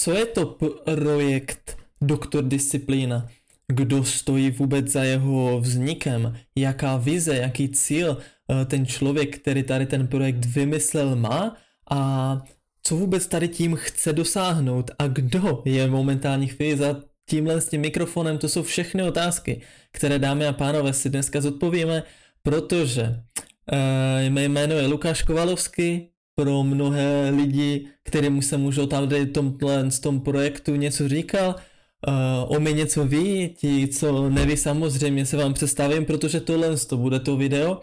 Co je to projekt Doktor Disciplína? Kdo stojí vůbec za jeho vznikem? Jaká vize, jaký cíl ten člověk, který tady ten projekt vymyslel, má? A co vůbec tady tím chce dosáhnout? A kdo je v momentální chvíli za tímhle s tím mikrofonem? To jsou všechny otázky, které, dámy a pánové, si dneska zodpovíme, protože mé jméno je Lukáš Kovalovský. Pro mnohé lidi, kterým se můžou tam v tom projektu něco říkal, o mě něco ví, ti, co neví, samozřejmě se vám představím, protože tohle bude to video,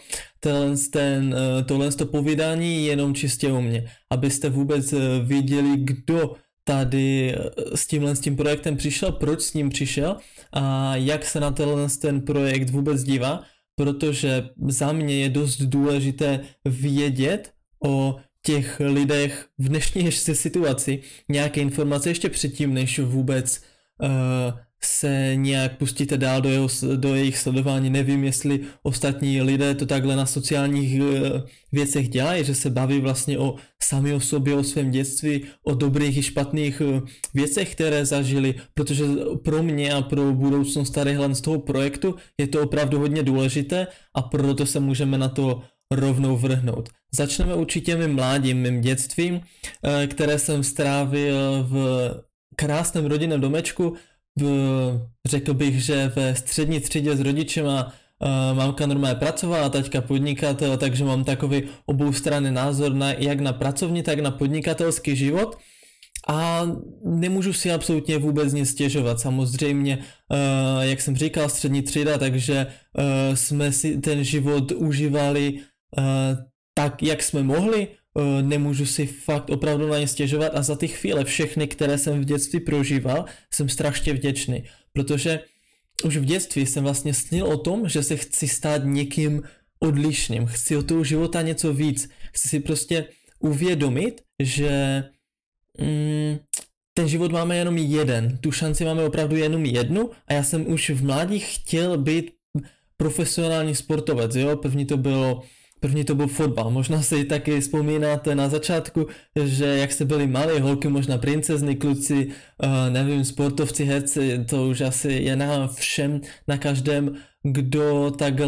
tohle povídání jenom čistě o mě, abyste vůbec viděli, kdo tady s tím projektem přišel, proč s ním přišel a jak se na ten projekt vůbec dívá, protože za mě je dost důležité vědět o těch lidech v dnešní situaci nějaké informace ještě předtím, než vůbec se nějak pustíte dál do jejich sledování. Nevím, jestli ostatní lidé to takhle na sociálních věcech dělají, že se baví vlastně sami o sobě, o svém dětství, o dobrých i špatných věcech, které zažili, protože pro mě a pro budoucnost tadyhle z toho projektu je to opravdu hodně důležité a proto se můžeme na to rovnou vrhnout. Začneme určitě mým mládím, mým dětstvím, které jsem strávil v krásném rodinném domečku, řekl bych, že ve střední třídě s rodičema. Mamka normálně pracovala, taťka podnikatel, takže mám takový oboustranný názor jak na pracovní, tak na podnikatelský život a nemůžu si absolutně vůbec nic stěžovat. Samozřejmě, jak jsem říkal, střední třída, takže jsme si ten život užívali tak, jak jsme mohli, nemůžu si fakt opravdu na ně stěžovat a za ty chvíle všechny, které jsem v dětství prožíval, jsem strašně vděčný, protože už v dětství jsem vlastně snil o tom, že se chci stát někým odlišným, chci od toho života něco víc, chci si prostě uvědomit, že ten život máme jenom jeden, tu šanci máme opravdu jenom jednu a já jsem už v mládí chtěl být profesionální sportovec, jo, první to byl fotbal, možná si taky vzpomínáte na začátku, že jak jste byli malí, holky možná princezny, kluci, nevím, sportovci, herci, to už asi je na všem, na každém, kdo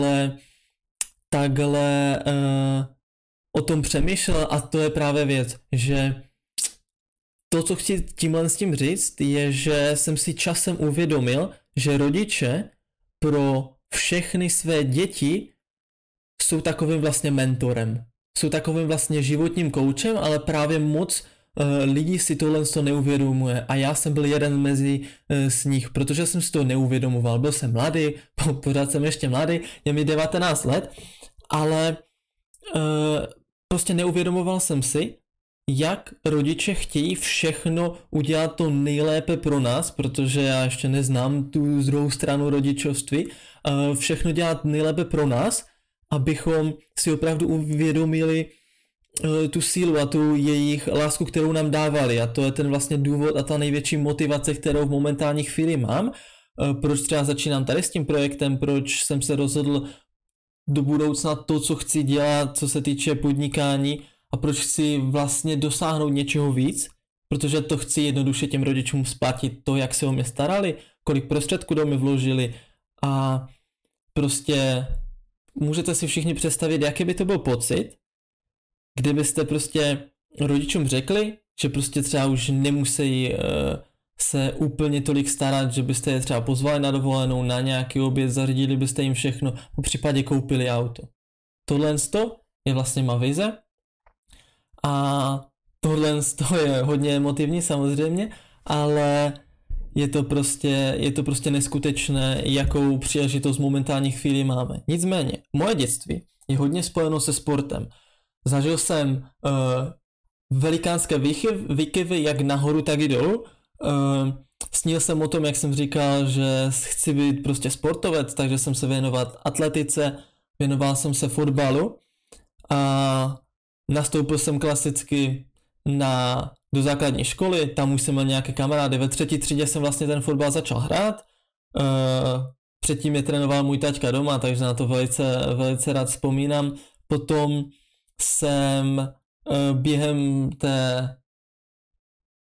takhle o tom přemýšlel a to je právě věc, že to, co chci tímhle s tím říct, je, že jsem si časem uvědomil, že rodiče pro všechny své děti jsou takovým vlastně mentorem. Jsou takovým vlastně životním koučem, ale právě moc lidí si tohle neuvědomuje a já jsem byl jeden mezi z nich, protože jsem si to neuvědomoval. Byl jsem mladý, pořád jsem ještě mladý, je mi 19 let, ale prostě neuvědomoval jsem si, jak rodiče chtějí všechno udělat to nejlépe pro nás, protože já ještě neznám tu druhou stranu rodičovství, všechno dělat nejlépe pro nás, abychom si opravdu uvědomili tu sílu a tu jejich lásku, kterou nám dávali a to je ten vlastně důvod a ta největší motivace, kterou v momentální chvíli mám, proč třeba začínám tady s tím projektem, proč jsem se rozhodl do budoucna to, co chci dělat, co se týče podnikání a proč chci vlastně dosáhnout něčeho víc, protože to chci jednoduše těm rodičům splatit to, jak se o mě starali, kolik prostředků do mě vložili a prostě můžete si všichni představit, jaký by to byl pocit, kdybyste prostě rodičům řekli, že prostě třeba už nemusí se úplně tolik starat, že byste je třeba pozvali na dovolenou, na nějaký oběd, zařídili byste jim všechno, po případě koupili auto. Tohle je vlastně má vize a tohle je hodně emotivní samozřejmě, ale je to prostě neskutečné, jakou příležitost momentální chvíli máme. Nicméně, moje dětství je hodně spojeno se sportem. Zažil jsem velikánské výkyvy jak nahoru, tak i dolů. Snil jsem o tom, jak jsem říkal, že chci být prostě sportovec, takže jsem se věnoval atletice, věnoval jsem se fotbalu a nastoupil jsem klasicky do základní školy, tam už jsem měl nějaké kamarády, ve třetí třídě jsem vlastně ten fotbal začal hrát, předtím mě trénoval můj taťka doma, takže na to velice rád vzpomínám. Potom jsem během té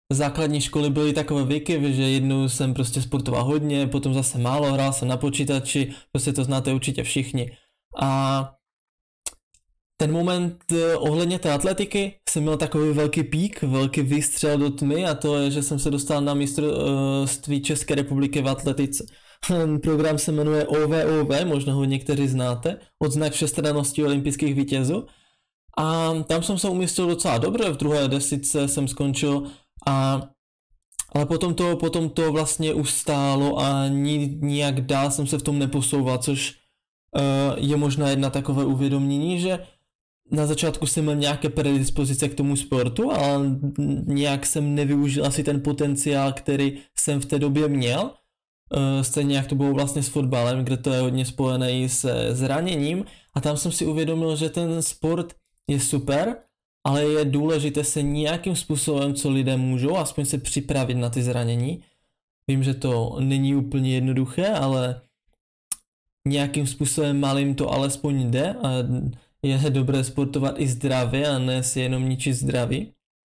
základní školy byly takové výkyvy, že jednou jsem prostě sportoval hodně, potom zase málo, hrál jsem na počítači, prostě to znáte určitě všichni. A ten moment ohledně té atletiky jsem měl takový velký pík, velký výstřel do tmy a to je, že jsem se dostal na mistrovství České republiky v atletice. Program se jmenuje OVOV, možná ho někteří znáte, odznak všestrannosti olympijských vítězů. A tam jsem se umístil docela dobře, v druhé desítce jsem skončil, ale potom to vlastně ustálo a nijak dál jsem se v tom neposouval, což je možná jedna takové uvědomění, že na začátku jsem měl nějaké predispozice k tomu sportu, ale nějak jsem nevyužil asi ten potenciál, který jsem v té době měl. Stejně jak to bylo vlastně s fotbalem, kde to je hodně spojené i se zraněním a tam jsem si uvědomil, že ten sport je super, ale je důležité se nějakým způsobem, co lidé můžou, aspoň se připravit na ty zranění. Vím, že to není úplně jednoduché, ale nějakým způsobem malým to alespoň jde a je dobré sportovat i zdravě a ne si jenom ničit zdraví.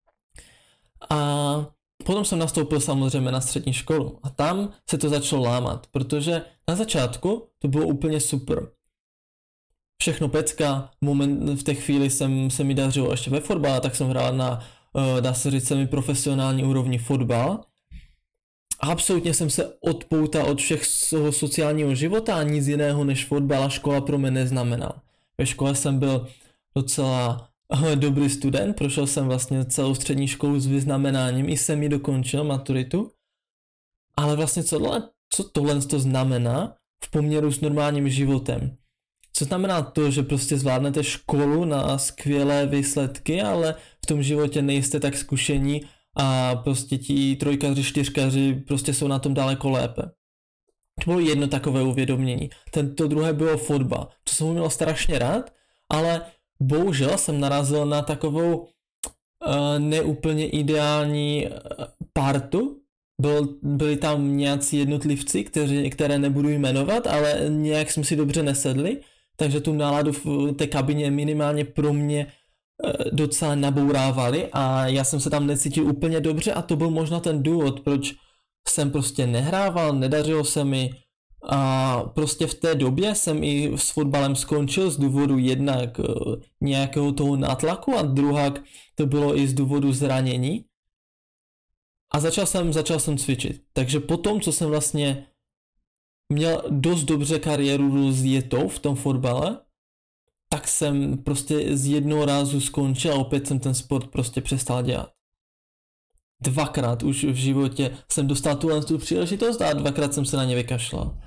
A potom jsem nastoupil samozřejmě na střední školu a tam se to začalo lámat, protože na začátku to bylo úplně super. Všechno pecka, v té chvíli se mi dařilo ještě ve fotbale, tak jsem hrál na, dá se říct, semi-profesionální úrovni fotbal. A absolutně jsem se odpoutal od všech sociálního života a nic jiného než fotbal a škola pro mě neznamenal. Ve škole jsem byl docela dobrý student, prošel jsem vlastně celou střední školu s vyznamenáním, i jsem ji dokončil, maturitu. Ale vlastně co tohle to znamená v poměru s normálním životem? Co znamená to, že prostě zvládnete školu na skvělé výsledky, ale v tom životě nejste tak zkušení a prostě ti trojkaři, čtyřkaři prostě jsou na tom daleko lépe. To bylo jedno takové uvědomění. To druhé bylo fotbal, co jsem měl strašně rád, ale bohužel jsem narazil na takovou neúplně ideální partu. Byli tam nějací jednotlivci, které nebudu jmenovat, ale nějak jsme si dobře nesedli, takže tu náladu v té kabině minimálně pro mě docela nabourávali a já jsem se tam necítil úplně dobře a to byl možná ten důvod, proč jsem prostě nehrával, nedařilo se mi a prostě v té době jsem i s fotbalem skončil z důvodu jednak nějakého toho nátlaku a druhak to bylo i z důvodu zranění a začal jsem cvičit. Takže potom, co jsem vlastně měl dost dobře kariéru rozjetou v tom fotbale, tak jsem prostě z jednoho rázu skončil a opět jsem ten sport prostě přestal dělat. Dvakrát už v životě jsem dostal tu příležitost a dvakrát jsem se na ně vykašlal.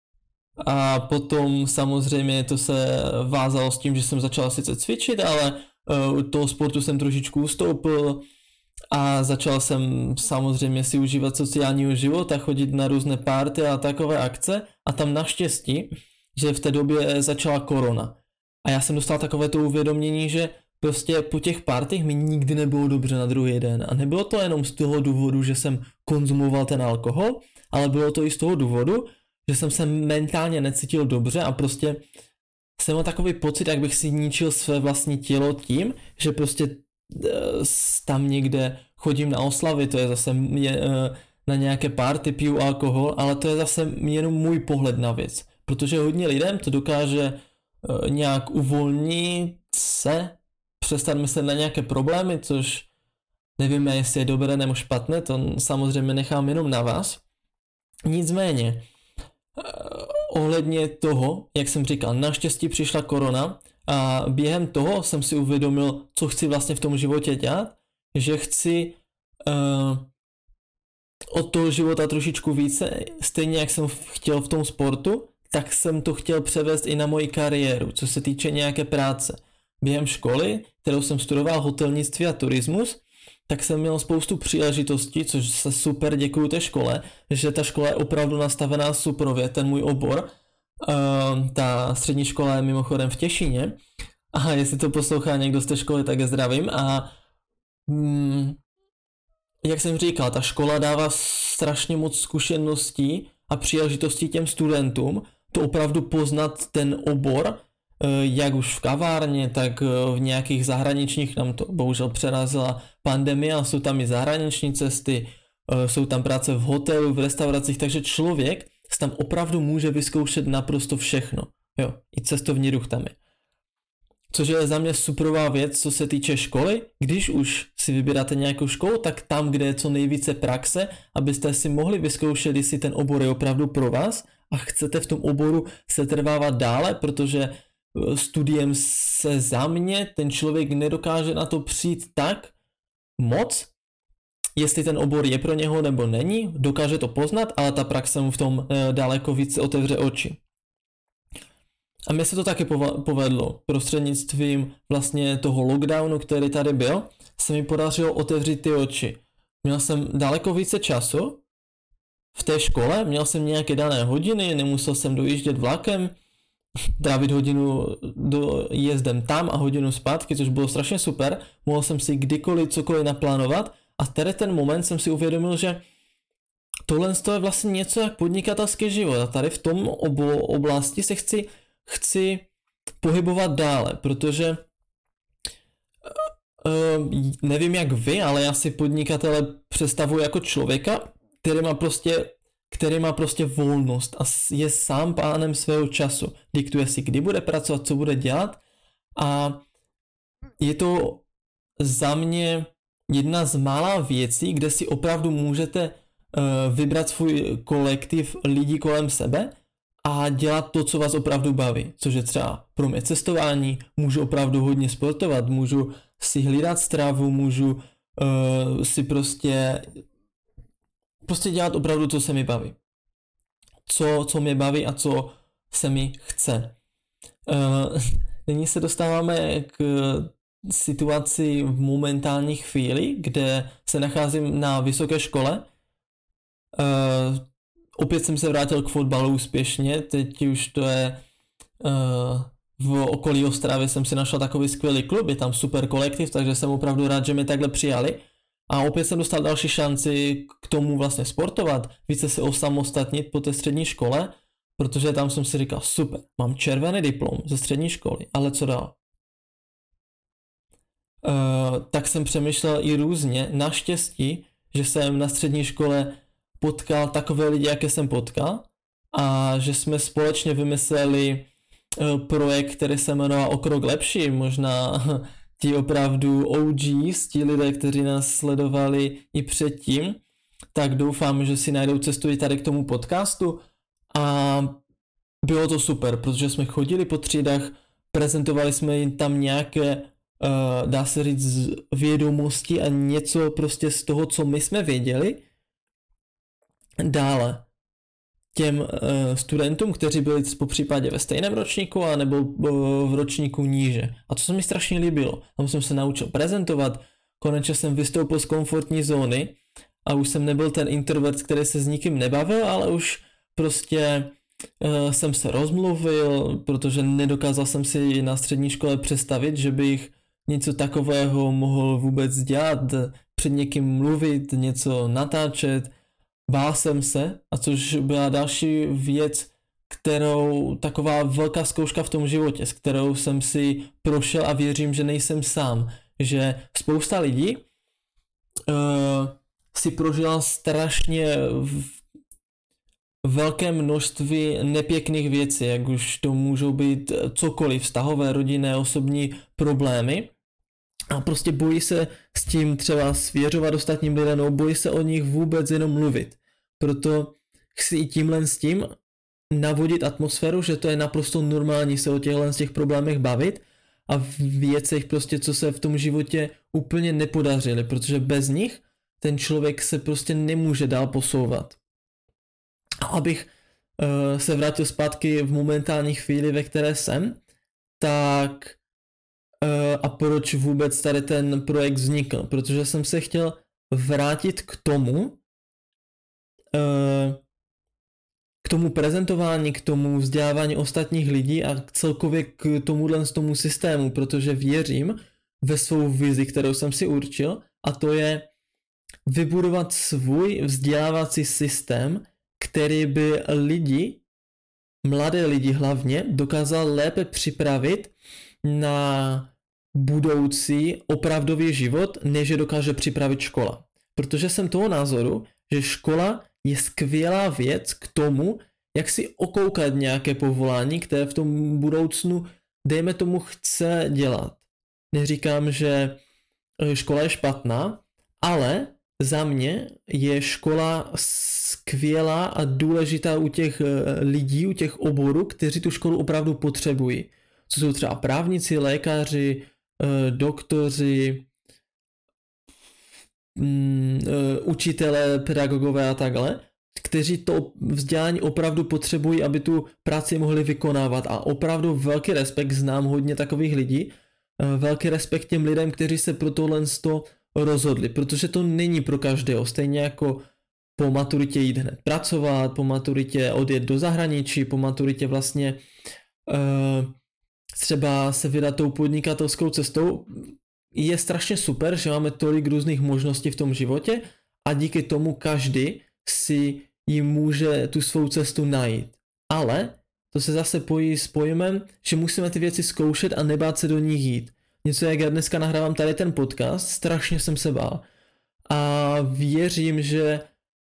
A potom samozřejmě to se vázalo s tím, že jsem začal sice cvičit, ale toho sportu jsem trošičku ustoupil a začal jsem samozřejmě si užívat sociálního života, chodit na různé party a takové akce a tam naštěstí, že v té době začala korona. A já jsem dostal takové to uvědomění, že prostě po těch partích mi nikdy nebylo dobře na druhý den. A nebylo to jenom z toho důvodu, že jsem konzumoval ten alkohol, ale bylo to i z toho důvodu, že jsem se mentálně necítil dobře a prostě jsem měl takový pocit, jak bych si ničil své vlastní tělo tím, že prostě tam někde chodím na oslavy, to je zase na nějaké party, piju alkohol, ale to je zase jenom můj pohled na věc. Protože hodně lidem to dokáže nějak uvolnit se, přestat myslet na nějaké problémy, což nevíme, jestli je dobré nebo špatné, to samozřejmě nechám jenom na vás. Nicméně, ohledně toho, jak jsem říkal, naštěstí přišla korona a během toho jsem si uvědomil, co chci vlastně v tom životě dělat, že chci od toho života trošičku více, stejně jak jsem chtěl v tom sportu, tak jsem to chtěl převést i na moji kariéru, co se týče nějaké práce. Během školy, kterou jsem studoval hotelnictví a turismus, tak jsem měl spoustu příležitostí, což se super děkuju té škole, že ta škola je opravdu nastavená suprově, ten můj obor. Ta střední škola je mimochodem v Těšíně a jestli to poslouchá někdo z té školy, tak je zdravím a jak jsem říkal, ta škola dává strašně moc zkušeností a příležitostí těm studentům to opravdu poznat ten obor jak už v kavárně, tak v nějakých zahraničních, nám to bohužel přerazila pandemie a jsou tam i zahraniční cesty, jsou tam práce v hotelu, v restauracích, takže člověk si tam opravdu může vyzkoušet naprosto všechno. Jo, i cestovní ruch tam je. Což je za mě superová věc, co se týče školy. Když už si vybíráte nějakou školu, tak tam, kde je co nejvíce praxe, abyste si mohli vyzkoušet, jestli ten obor je opravdu pro vás a chcete v tom oboru se trvávat dále, protože studiem se za mě ten člověk nedokáže na to přijít tak moc, jestli ten obor je pro něho nebo není, dokáže to poznat, ale ta praxe mu v tom daleko více otevře oči. A mně se to taky povedlo. Prostřednictvím vlastně toho lockdownu, který tady byl, se mi podařilo otevřít ty oči. Měl jsem daleko více času v té škole, měl jsem nějaké dané hodiny, nemusel jsem dojíždět vlakem, trávit hodinu jízdem tam a hodinu zpátky, což bylo strašně super. Mohl jsem si kdykoliv cokoliv naplánovat a tady ten moment jsem si uvědomil, že tohle je vlastně něco jak podnikatelský život a tady v tom oblasti se chci pohybovat dále, protože nevím jak vy, ale já si podnikatele představuji jako člověka, který má prostě volnost a je sám pánem svého času. Diktuje si, kdy bude pracovat, co bude dělat a je to za mě jedna z mála věcí, kde si opravdu můžete vybrat svůj kolektiv lidí kolem sebe a dělat to, co vás opravdu baví, což je třeba pro mě cestování, můžu opravdu hodně sportovat, můžu si hlídat stravu, můžu si prostě dělat opravdu, co se mi baví. Co mě baví a co se mi chce. Nyní se dostáváme k situaci v momentální chvíli, kde se nacházím na vysoké škole. Opět jsem se vrátil k fotbalu úspěšně, teď už to je v okolí Ostravy jsem si našel takový skvělý klub, je tam super kolektiv, takže jsem opravdu rád, že mě takhle přijali. A opět jsem dostal další šanci k tomu vlastně sportovat, více se osamostatnit po té střední škole, protože tam jsem si říkal, super, mám červený diplom ze střední školy, ale co dál? Tak jsem přemýšlel i různě, naštěstí, že jsem na střední škole potkal takové lidi, jaké jsem potkal a že jsme společně vymysleli projekt, který se jmenoval O krok lepší, možná ti opravdu OGs, ti lidé, kteří nás sledovali i předtím, tak doufám, že si najdou cestu i tady k tomu podcastu a bylo to super, protože jsme chodili po třídách, prezentovali jsme jim tam nějaké, dá se říct, vědomosti a něco prostě z toho, co my jsme věděli, dále těm studentům, kteří byli po případě ve stejném ročníku a nebo v ročníku níže. A to se mi strašně líbilo. Tam jsem se naučil prezentovat, konečně jsem vystoupil z komfortní zóny a už jsem nebyl ten introvert, který se s nikým nebavil, ale už prostě jsem se rozmluvil, protože nedokázal jsem si na střední škole představit, že bych něco takového mohl vůbec dělat, před někým mluvit, něco natáčet. Bál jsem se, a což byla další věc, taková velká zkouška v tom životě, s kterou jsem si prošel a věřím, že nejsem sám, že spousta lidí si prožila strašně velké množství nepěkných věcí, jak už to můžou být cokoliv, vztahové, rodinné, osobní problémy a prostě bojí se s tím třeba svěřovat ostatním lidem, nebo bojí se o nich vůbec jenom mluvit. Proto chci i tímhle s tím navodit atmosféru, že to je naprosto normální se o těch problémech bavit a věcech prostě, co se v tom životě úplně nepodařily, protože bez nich ten člověk se prostě nemůže dál posouvat. A abych se vrátil zpátky v momentální chvíli, ve které jsem, tak a proč vůbec tady ten projekt vznikl, protože jsem se chtěl vrátit k tomu prezentování, k tomu vzdělávání ostatních lidí a celkově k tomu systému, protože věřím ve svou vizi, kterou jsem si určil, a to je vybudovat svůj vzdělávací systém, který by lidi mladé lidi hlavně dokázal lépe připravit na budoucí opravdový život, než je dokáže připravit škola. Protože jsem toho názoru, že škola je skvělá věc k tomu, jak si okoukat nějaké povolání, které v tom budoucnu, dejme tomu, chce dělat. Neříkám, že škola je špatná, ale za mě je škola skvělá a důležitá u těch lidí, u těch oborů, kteří tu školu opravdu potřebují. Co jsou třeba právníci, lékaři, doktoři, učitelé, pedagogové a takhle, kteří to vzdělání opravdu potřebují, aby tu práci mohli vykonávat. A opravdu velký respekt, znám hodně takových lidí, velký respekt těm lidem, kteří se pro tohle rozhodli, protože to není pro každého, stejně jako po maturitě jít hned pracovat, po maturitě odjet do zahraničí, po maturitě vlastně třeba se vydat tou podnikatelskou cestou. Je strašně super, že máme tolik různých možností v tom životě a díky tomu každý si ji může tu svou cestu najít. Ale to se zase pojí s pojmem, že musíme ty věci zkoušet a nebát se do nich jít. Něco jak já dneska nahrávám tady ten podcast, strašně jsem se bál. A věřím, že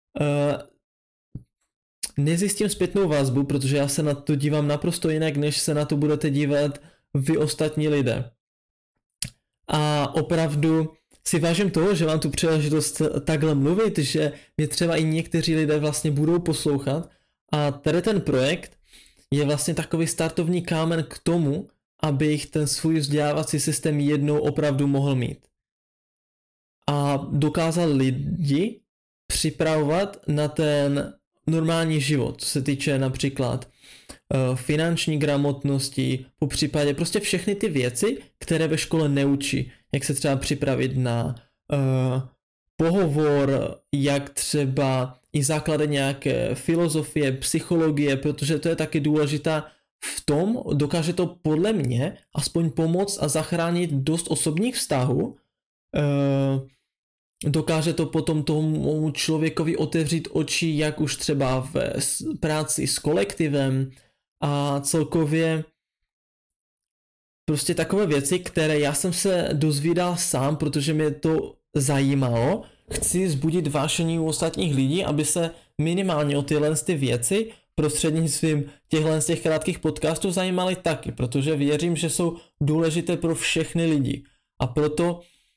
nezjistím zpětnou vazbu, protože já se na to dívám naprosto jinak, než se na to budete dívat vy ostatní lidé. A opravdu si vážím toho, že mám tu příležitost takhle mluvit, že mě třeba i někteří lidé vlastně budou poslouchat a tady ten projekt je vlastně takový startovní kámen k tomu, abych ten svůj vzdělávací systém jednou opravdu mohl mít. A dokázal lidi připravovat na ten normální život, co se týče například finanční gramotnosti, po případě prostě všechny ty věci, které ve škole neučí. Jak se třeba připravit na pohovor, jak třeba i základy nějaké filozofie, psychologie, protože to je taky důležitá v tom, dokáže to podle mě aspoň pomoct a zachránit dost osobních vztahů. Dokáže to potom tomu člověkovi otevřít oči, jak už třeba v práci s kolektivem a celkově prostě takové věci, které já jsem se dozvídal sám, protože mě to zajímalo. Chci vzbudit vášení u ostatních lidí, aby se minimálně o tyhle věci prostřednictvím těch krátkých podcastů zajímali taky, protože věřím, že jsou důležité pro všechny lidi. A proto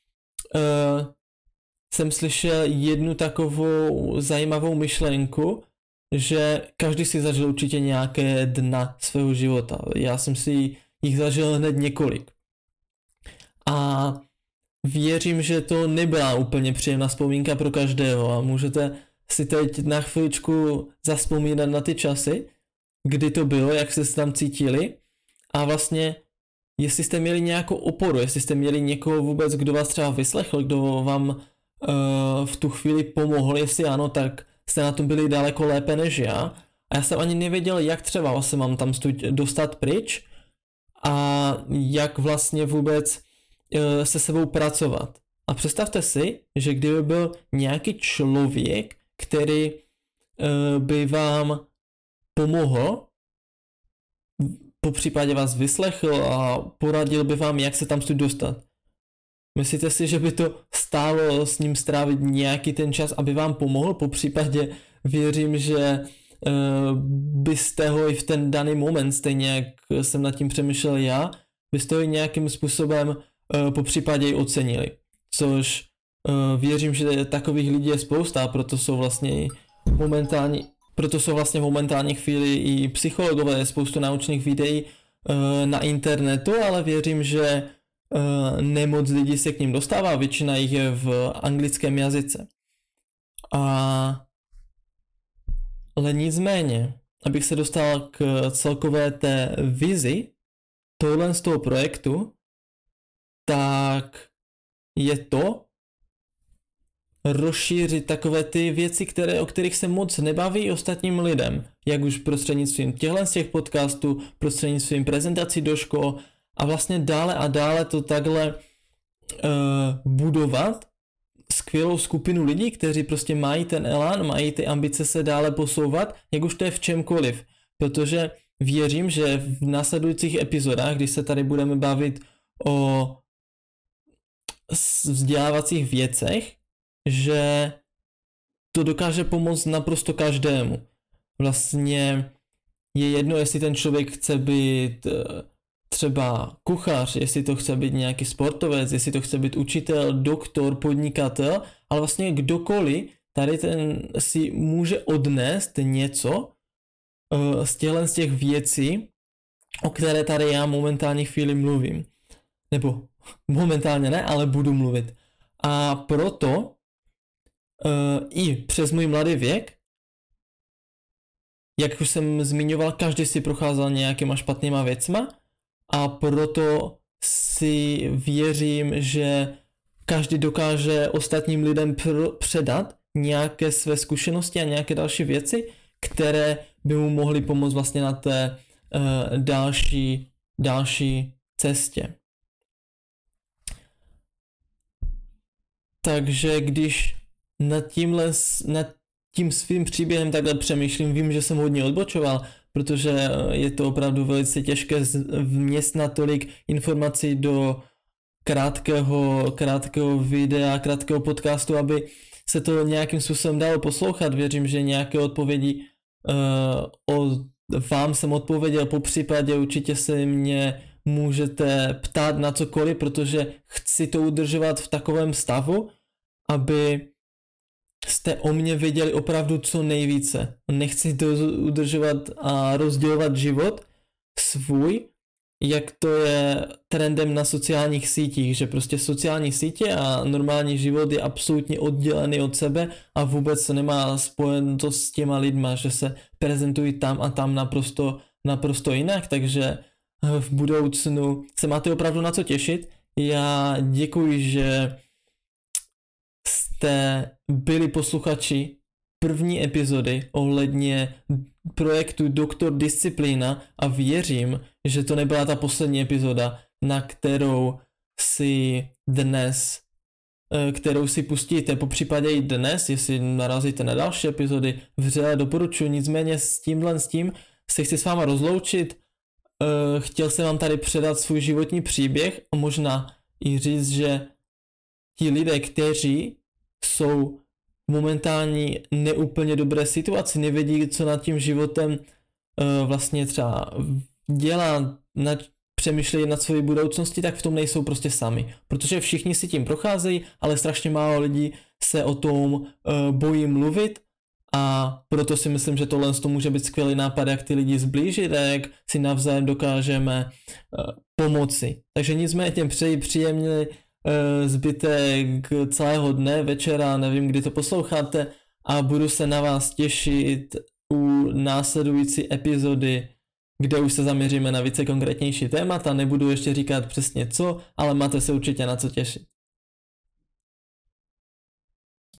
jsem slyšel jednu takovou zajímavou myšlenku, že každý si zažil určitě nějaké dna svého života. Já jsem si jich zažil hned několik. A věřím, že to nebyla úplně příjemná vzpomínka pro každého a můžete si teď na chviličku zavzpomínat na ty časy, kdy to bylo, jak jste se tam cítili a vlastně jestli jste měli nějakou oporu, jestli jste měli někoho vůbec, kdo vás třeba vyslechl, kdo vám v tu chvíli pomohl, jestli ano, tak jste na tom byli daleko lépe než já. A já jsem ani nevěděl, jak třeba se mám tam dostat pryč a jak vlastně vůbec se sebou pracovat. A představte si, že kdyby byl nějaký člověk, který by vám pomohl, po případě vás vyslechl a poradil by vám, jak se tam dostat. Myslíte si, že by to stálo s ním strávit nějaký ten čas, aby vám pomohl? Po případě věřím, že byste ho i v ten daný moment, stejně jak jsem nad tím přemýšlel já, byste ho i nějakým způsobem po případě i ocenili. Což věřím, že takových lidí je spousta, a proto jsou vlastně v momentální chvíli i psychologové, spoustu naučných videí na internetu, ale věřím, že nemoc lidí se k ním dostává, většina jich je v anglickém jazyce. Ale nicméně, abych se dostal k celkové té vizi tohle z toho projektu, tak je to rozšířit takové ty věci, o kterých se moc nebaví ostatním lidem, jak už prostřednictvím z těch podcastů, prostřednictvím prezentací do škol a vlastně dále a dále to takhle budovat skvělou skupinu lidí, kteří prostě mají ten elán, mají ty ambice se dále posouvat, jak už to je v čemkoliv, protože věřím, že v následujících epizodách, když se tady budeme bavit o vzdělávacích věcech, že to dokáže pomoct naprosto každému. Vlastně je jedno, jestli ten člověk chce být třeba kuchař, jestli to chce být nějaký sportovec, jestli to chce být učitel, doktor, podnikatel, ale vlastně kdokoliv tady ten si může odnést něco z těch věcí, o které tady já momentálně chvíli mluvím. Nebo momentálně ne, ale budu mluvit. A proto i přes můj mladý věk, jak už jsem zmiňoval, každý si procházel nějakýma špatnýma věcma a proto si věřím, že každý dokáže ostatním lidem předat nějaké své zkušenosti a nějaké další věci, které by mu mohly pomoct vlastně na té další cestě. Takže když nad tím svým příběhem takhle přemýšlím, vím, že jsem hodně odbočoval, protože je to opravdu velice těžké vměstnat tolik informací do krátkého videa, krátkého podcastu, aby se to nějakým způsobem dalo poslouchat. Věřím, že nějaké odpovědi vám jsem odpověděl, po případě určitě se mě můžete ptát na cokoliv, protože chci to udržovat v takovém stavu, aby jste o mě věděli opravdu co nejvíce. Nechci to udržovat a rozdělovat život svůj, jak to je trendem na sociálních sítích, že prostě sociální sítě a normální život je absolutně oddělený od sebe a vůbec se nemá spojitost s těma lidma, že se prezentují tam a tam naprosto jinak, takže v budoucnu se máte opravdu na co těšit. Já děkuji, že jste byli posluchači první epizody ohledně projektu Doktor Disciplína a věřím, že to nebyla ta poslední epizoda, kterou si pustíte, po případě i dnes, jestli narazíte na další epizody, vřele doporučuji, nicméně s tím se chci s váma rozloučit, chtěl jsem vám tady předat svůj životní příběh a možná i říct, že ti lidé, kteří jsou v momentální neúplně dobré situaci, nevědí, co nad tím životem vlastně třeba dělá, přemýšlejí nad svojí budoucností, tak v tom nejsou prostě sami. Protože všichni si tím procházejí, ale strašně málo lidí se o tom bojí mluvit a proto si myslím, že tohle může být skvělý nápad, jak ty lidi zblížit a jak si navzájem dokážeme pomoci. Takže nicméně přeji příjemně zbytek celého dne, večera, nevím, kdy to posloucháte a budu se na vás těšit u následující epizody, kde už se zaměříme na více konkrétnější témata, nebudu ještě říkat přesně co, ale máte se určitě na co těšit.